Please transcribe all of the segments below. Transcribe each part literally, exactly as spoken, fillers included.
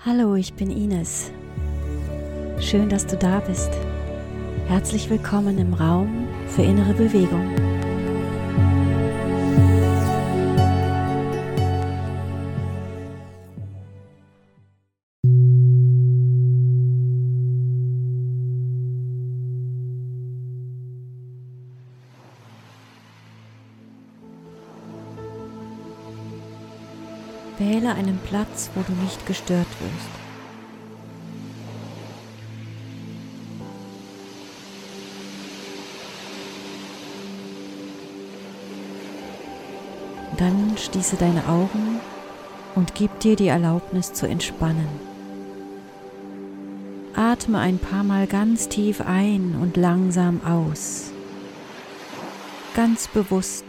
Hallo, ich bin Ines. Schön, dass du da bist. Herzlich willkommen im Raum für innere Bewegung. Wähle einen Platz, wo du nicht gestört wirst. Dann schließe deine Augen und gib dir die Erlaubnis zu entspannen. Atme ein paar Mal ganz tief ein und langsam aus. Ganz bewusst.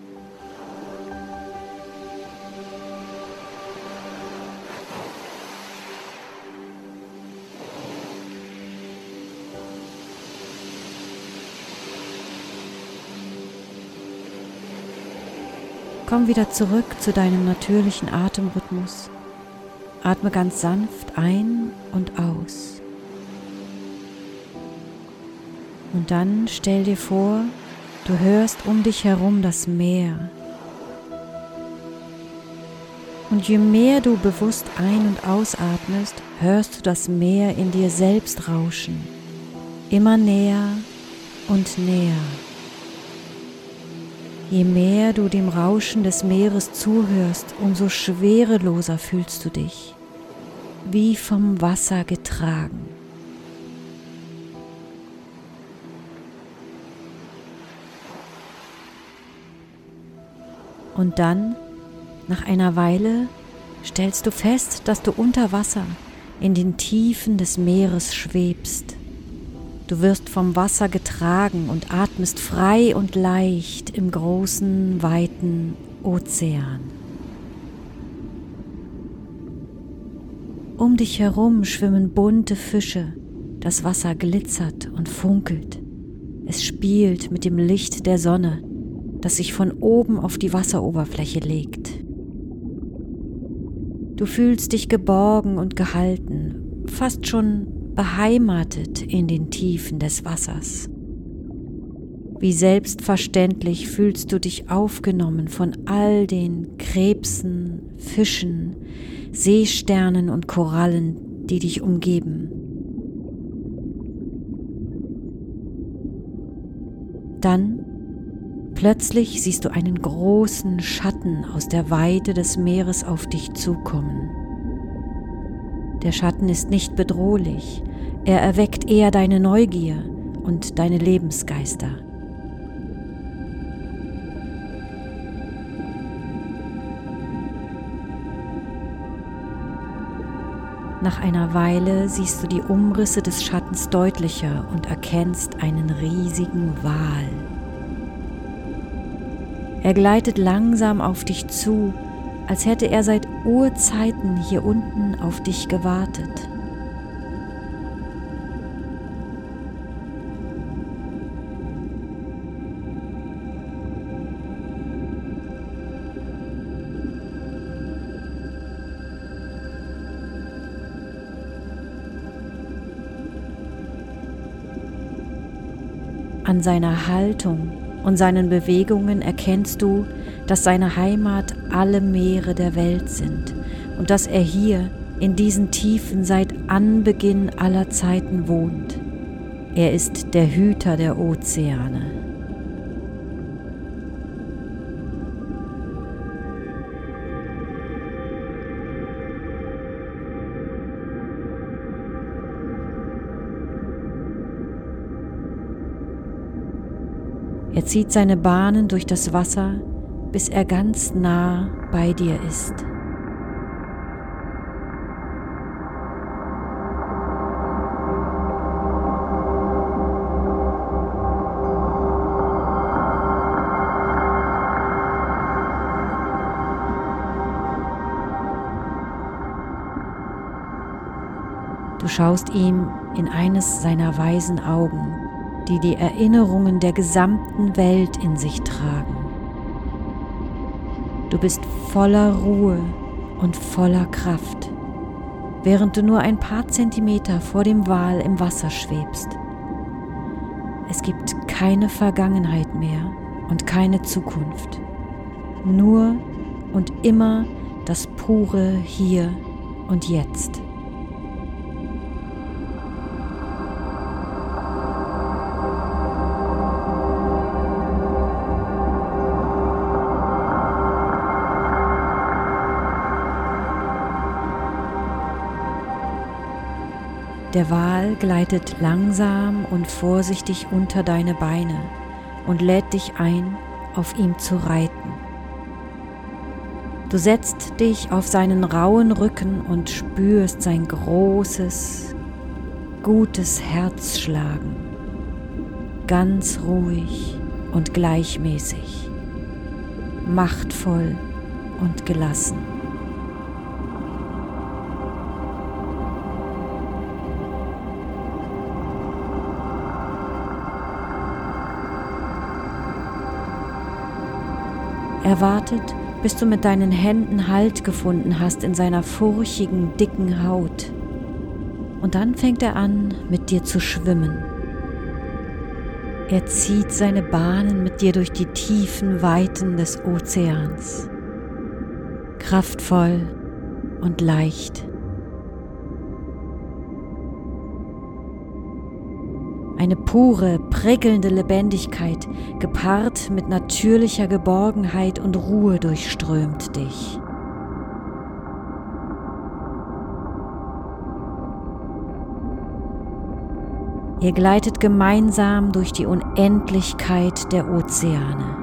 Komm wieder zurück zu deinem natürlichen Atemrhythmus. Atme ganz sanft ein und aus. Und dann stell dir vor, du hörst um dich herum das Meer. Und je mehr du bewusst ein- und ausatmest, hörst du das Meer in dir selbst rauschen. Immer näher und näher. Je mehr du dem Rauschen des Meeres zuhörst, umso schwereloser fühlst du dich, wie vom Wasser getragen. Und dann, nach einer Weile, stellst du fest, dass du unter Wasser in den Tiefen des Meeres schwebst. Du wirst vom Wasser getragen und atmest frei und leicht im großen, weiten Ozean. Um dich herum schwimmen bunte Fische, das Wasser glitzert und funkelt. Es spielt mit dem Licht der Sonne, das sich von oben auf die Wasseroberfläche legt. Du fühlst dich geborgen und gehalten, fast schon beheimatet in den Tiefen des Wassers. Wie selbstverständlich fühlst du dich aufgenommen von all den Krebsen, Fischen, Seesternen und Korallen, die dich umgeben. Dann plötzlich siehst du einen großen Schatten aus der Weite des Meeres auf dich zukommen. Der Schatten ist nicht bedrohlich, er erweckt eher deine Neugier und deine Lebensgeister. Nach einer Weile siehst du die Umrisse des Schattens deutlicher und erkennst einen riesigen Wal. Er gleitet langsam auf dich zu, als hätte er seit Urzeiten hier unten auf dich gewartet. An seiner Haltung und seinen Bewegungen erkennst du, dass seine Heimat alle Meere der Welt sind und dass er hier in diesen Tiefen seit Anbeginn aller Zeiten wohnt. Er ist der Hüter der Ozeane. Er zieht seine Bahnen durch das Wasser, bis er ganz nah bei dir ist. Du schaust ihm in eines seiner weisen Augen, die die Erinnerungen der gesamten Welt in sich tragen. Du bist voller Ruhe und voller Kraft, während du nur ein paar Zentimeter vor dem Wal im Wasser schwebst. Es gibt keine Vergangenheit mehr und keine Zukunft. Nur und immer das pure Hier und Jetzt. Der Wal gleitet langsam und vorsichtig unter deine Beine und lädt dich ein, auf ihm zu reiten. Du setzt dich auf seinen rauen Rücken und spürst sein großes, gutes Herz schlagen, ganz ruhig und gleichmäßig, machtvoll und gelassen. Er wartet, bis du mit deinen Händen Halt gefunden hast in seiner furchigen, dicken Haut. Und dann fängt er an, mit dir zu schwimmen. Er zieht seine Bahnen mit dir durch die tiefen Weiten des Ozeans. Kraftvoll und leicht. Eine pure, prickelnde Lebendigkeit, gepaart mit natürlicher Geborgenheit und Ruhe, durchströmt dich. Ihr gleitet gemeinsam durch die Unendlichkeit der Ozeane.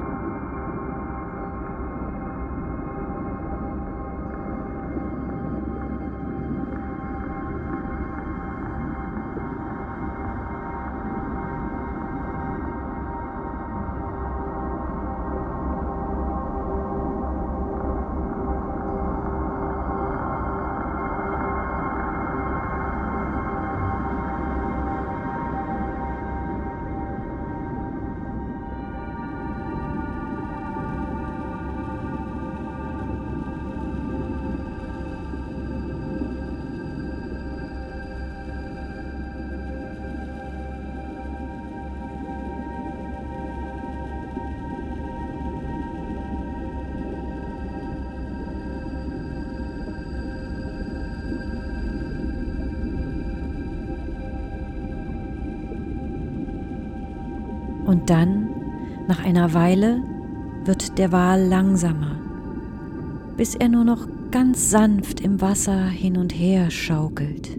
Und dann, nach einer Weile, wird der Wal langsamer, bis er nur noch ganz sanft im Wasser hin und her schaukelt.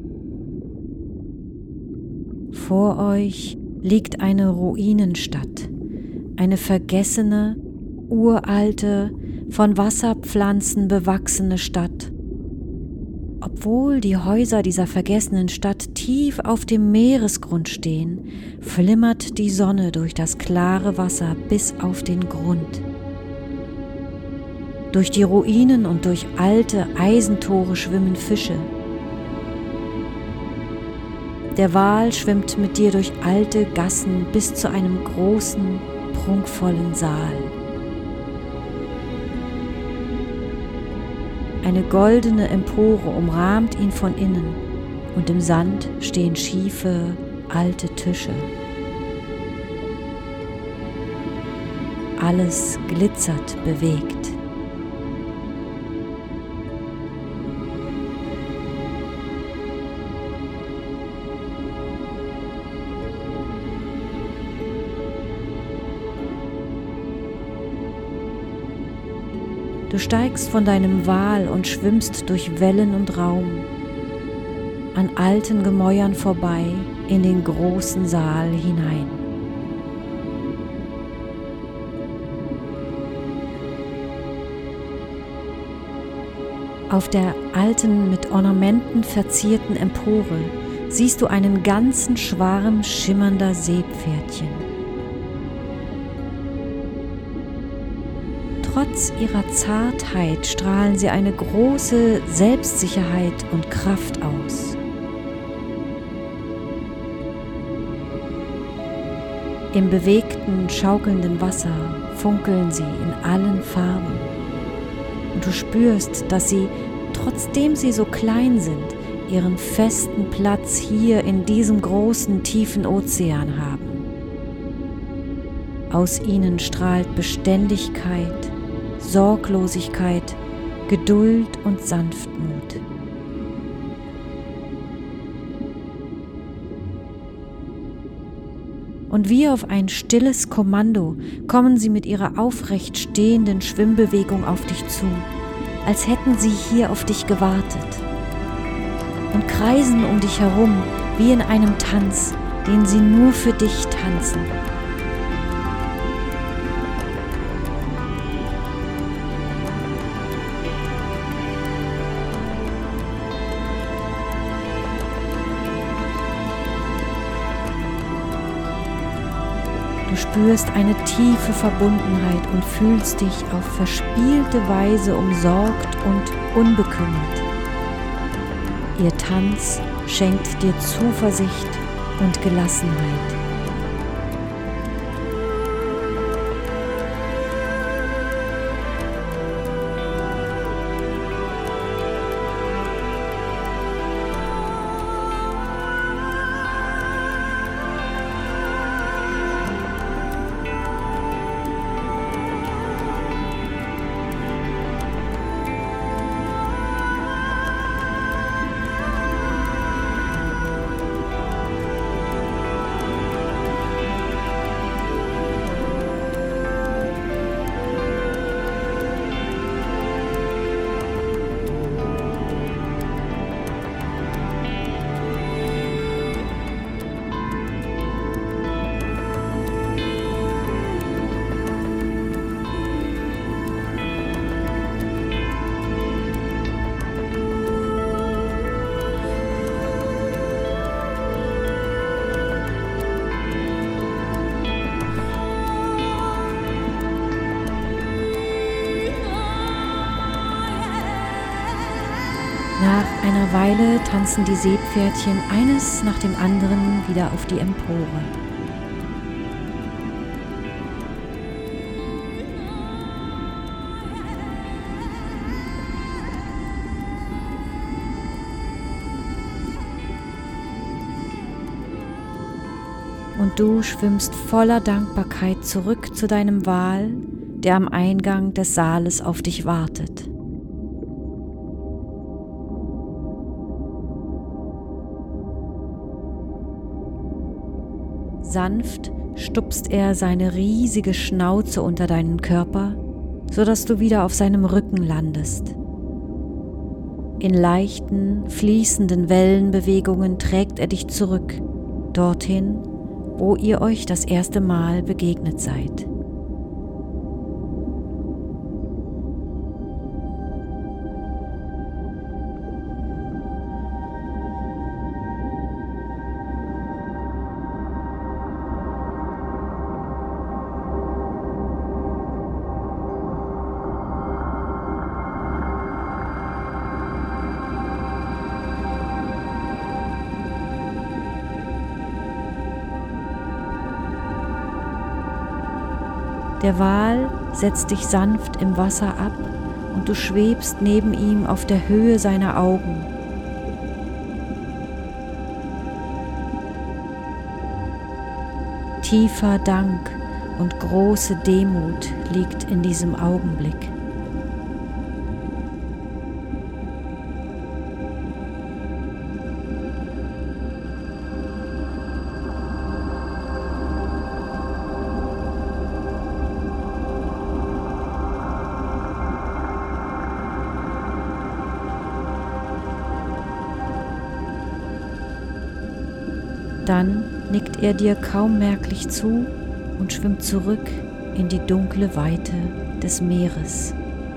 Vor euch liegt eine Ruinenstadt, eine vergessene, uralte, von Wasserpflanzen bewachsene Stadt. Obwohl die Häuser dieser vergessenen Stadt tief auf dem Meeresgrund stehen, flimmert die Sonne durch das klare Wasser bis auf den Grund. Durch die Ruinen und durch alte Eisentore schwimmen Fische. Der Wal schwimmt mit dir durch alte Gassen bis zu einem großen, prunkvollen Saal. Eine goldene Empore umrahmt ihn von innen und im Sand stehen schiefe, alte Tische. Alles glitzert bewegt. Du steigst von deinem Wal und schwimmst durch Wellen und Raum, an alten Gemäuern vorbei, in den großen Saal hinein. Auf der alten, mit Ornamenten verzierten Empore siehst du einen ganzen Schwarm schimmernder Seepferdchen. Trotz ihrer Zartheit strahlen sie eine große Selbstsicherheit und Kraft aus. Im bewegten, schaukelnden Wasser funkeln sie in allen Farben und du spürst, dass sie trotzdem sie so klein sind, ihren festen Platz hier in diesem großen, tiefen Ozean haben. Aus ihnen strahlt Beständigkeit, Sorglosigkeit, Geduld und Sanftmut. Und wie auf ein stilles Kommando kommen sie mit ihrer aufrecht stehenden Schwimmbewegung auf dich zu, als hätten sie hier auf dich gewartet, und kreisen um dich herum wie in einem Tanz, den sie nur für dich tanzen. Du spürst eine tiefe Verbundenheit und fühlst dich auf verspielte Weise umsorgt und unbekümmert. Ihr Tanz schenkt dir Zuversicht und Gelassenheit. Nach einer Weile tanzen die Seepferdchen eines nach dem anderen wieder auf die Empore. Und du schwimmst voller Dankbarkeit zurück zu deinem Wal, der am Eingang des Saales auf dich wartet. Sanft stupst er seine riesige Schnauze unter deinen Körper, sodass du wieder auf seinem Rücken landest. In leichten, fließenden Wellenbewegungen trägt er dich zurück, dorthin, wo ihr euch das erste Mal begegnet seid. Der Wal setzt dich sanft im Wasser ab und du schwebst neben ihm auf der Höhe seiner Augen. Tiefer Dank und große Demut liegt in diesem Augenblick. Dann nickt er dir kaum merklich zu und schwimmt zurück in die dunkle Weite des Meeres.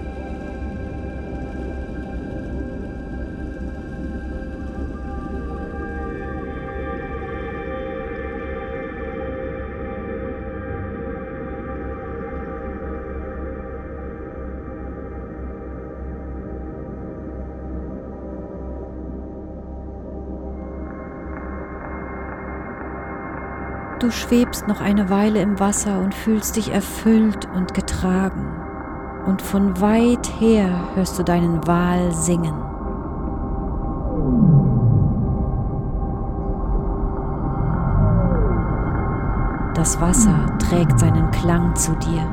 Du schwebst noch eine Weile im Wasser und fühlst dich erfüllt und getragen. und von weit her hörst du deinen Wal singen. Das Wasser trägt seinen Klang zu dir.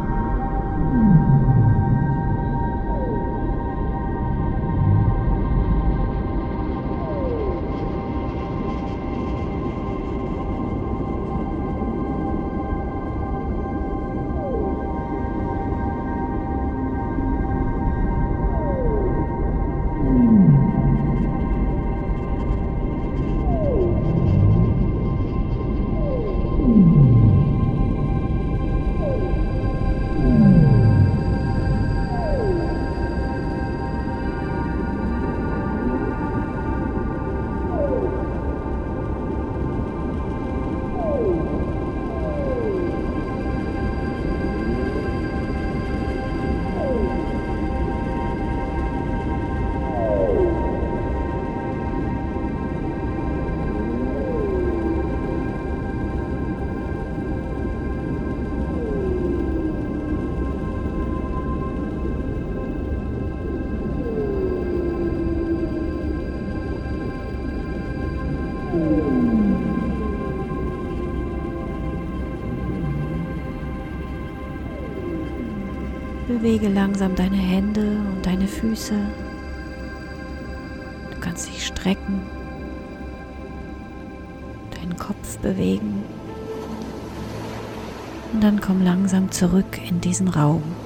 Bewege langsam deine Hände und deine Füße. Du kannst dich strecken, deinen Kopf bewegen und dann komm langsam zurück in diesen Raum.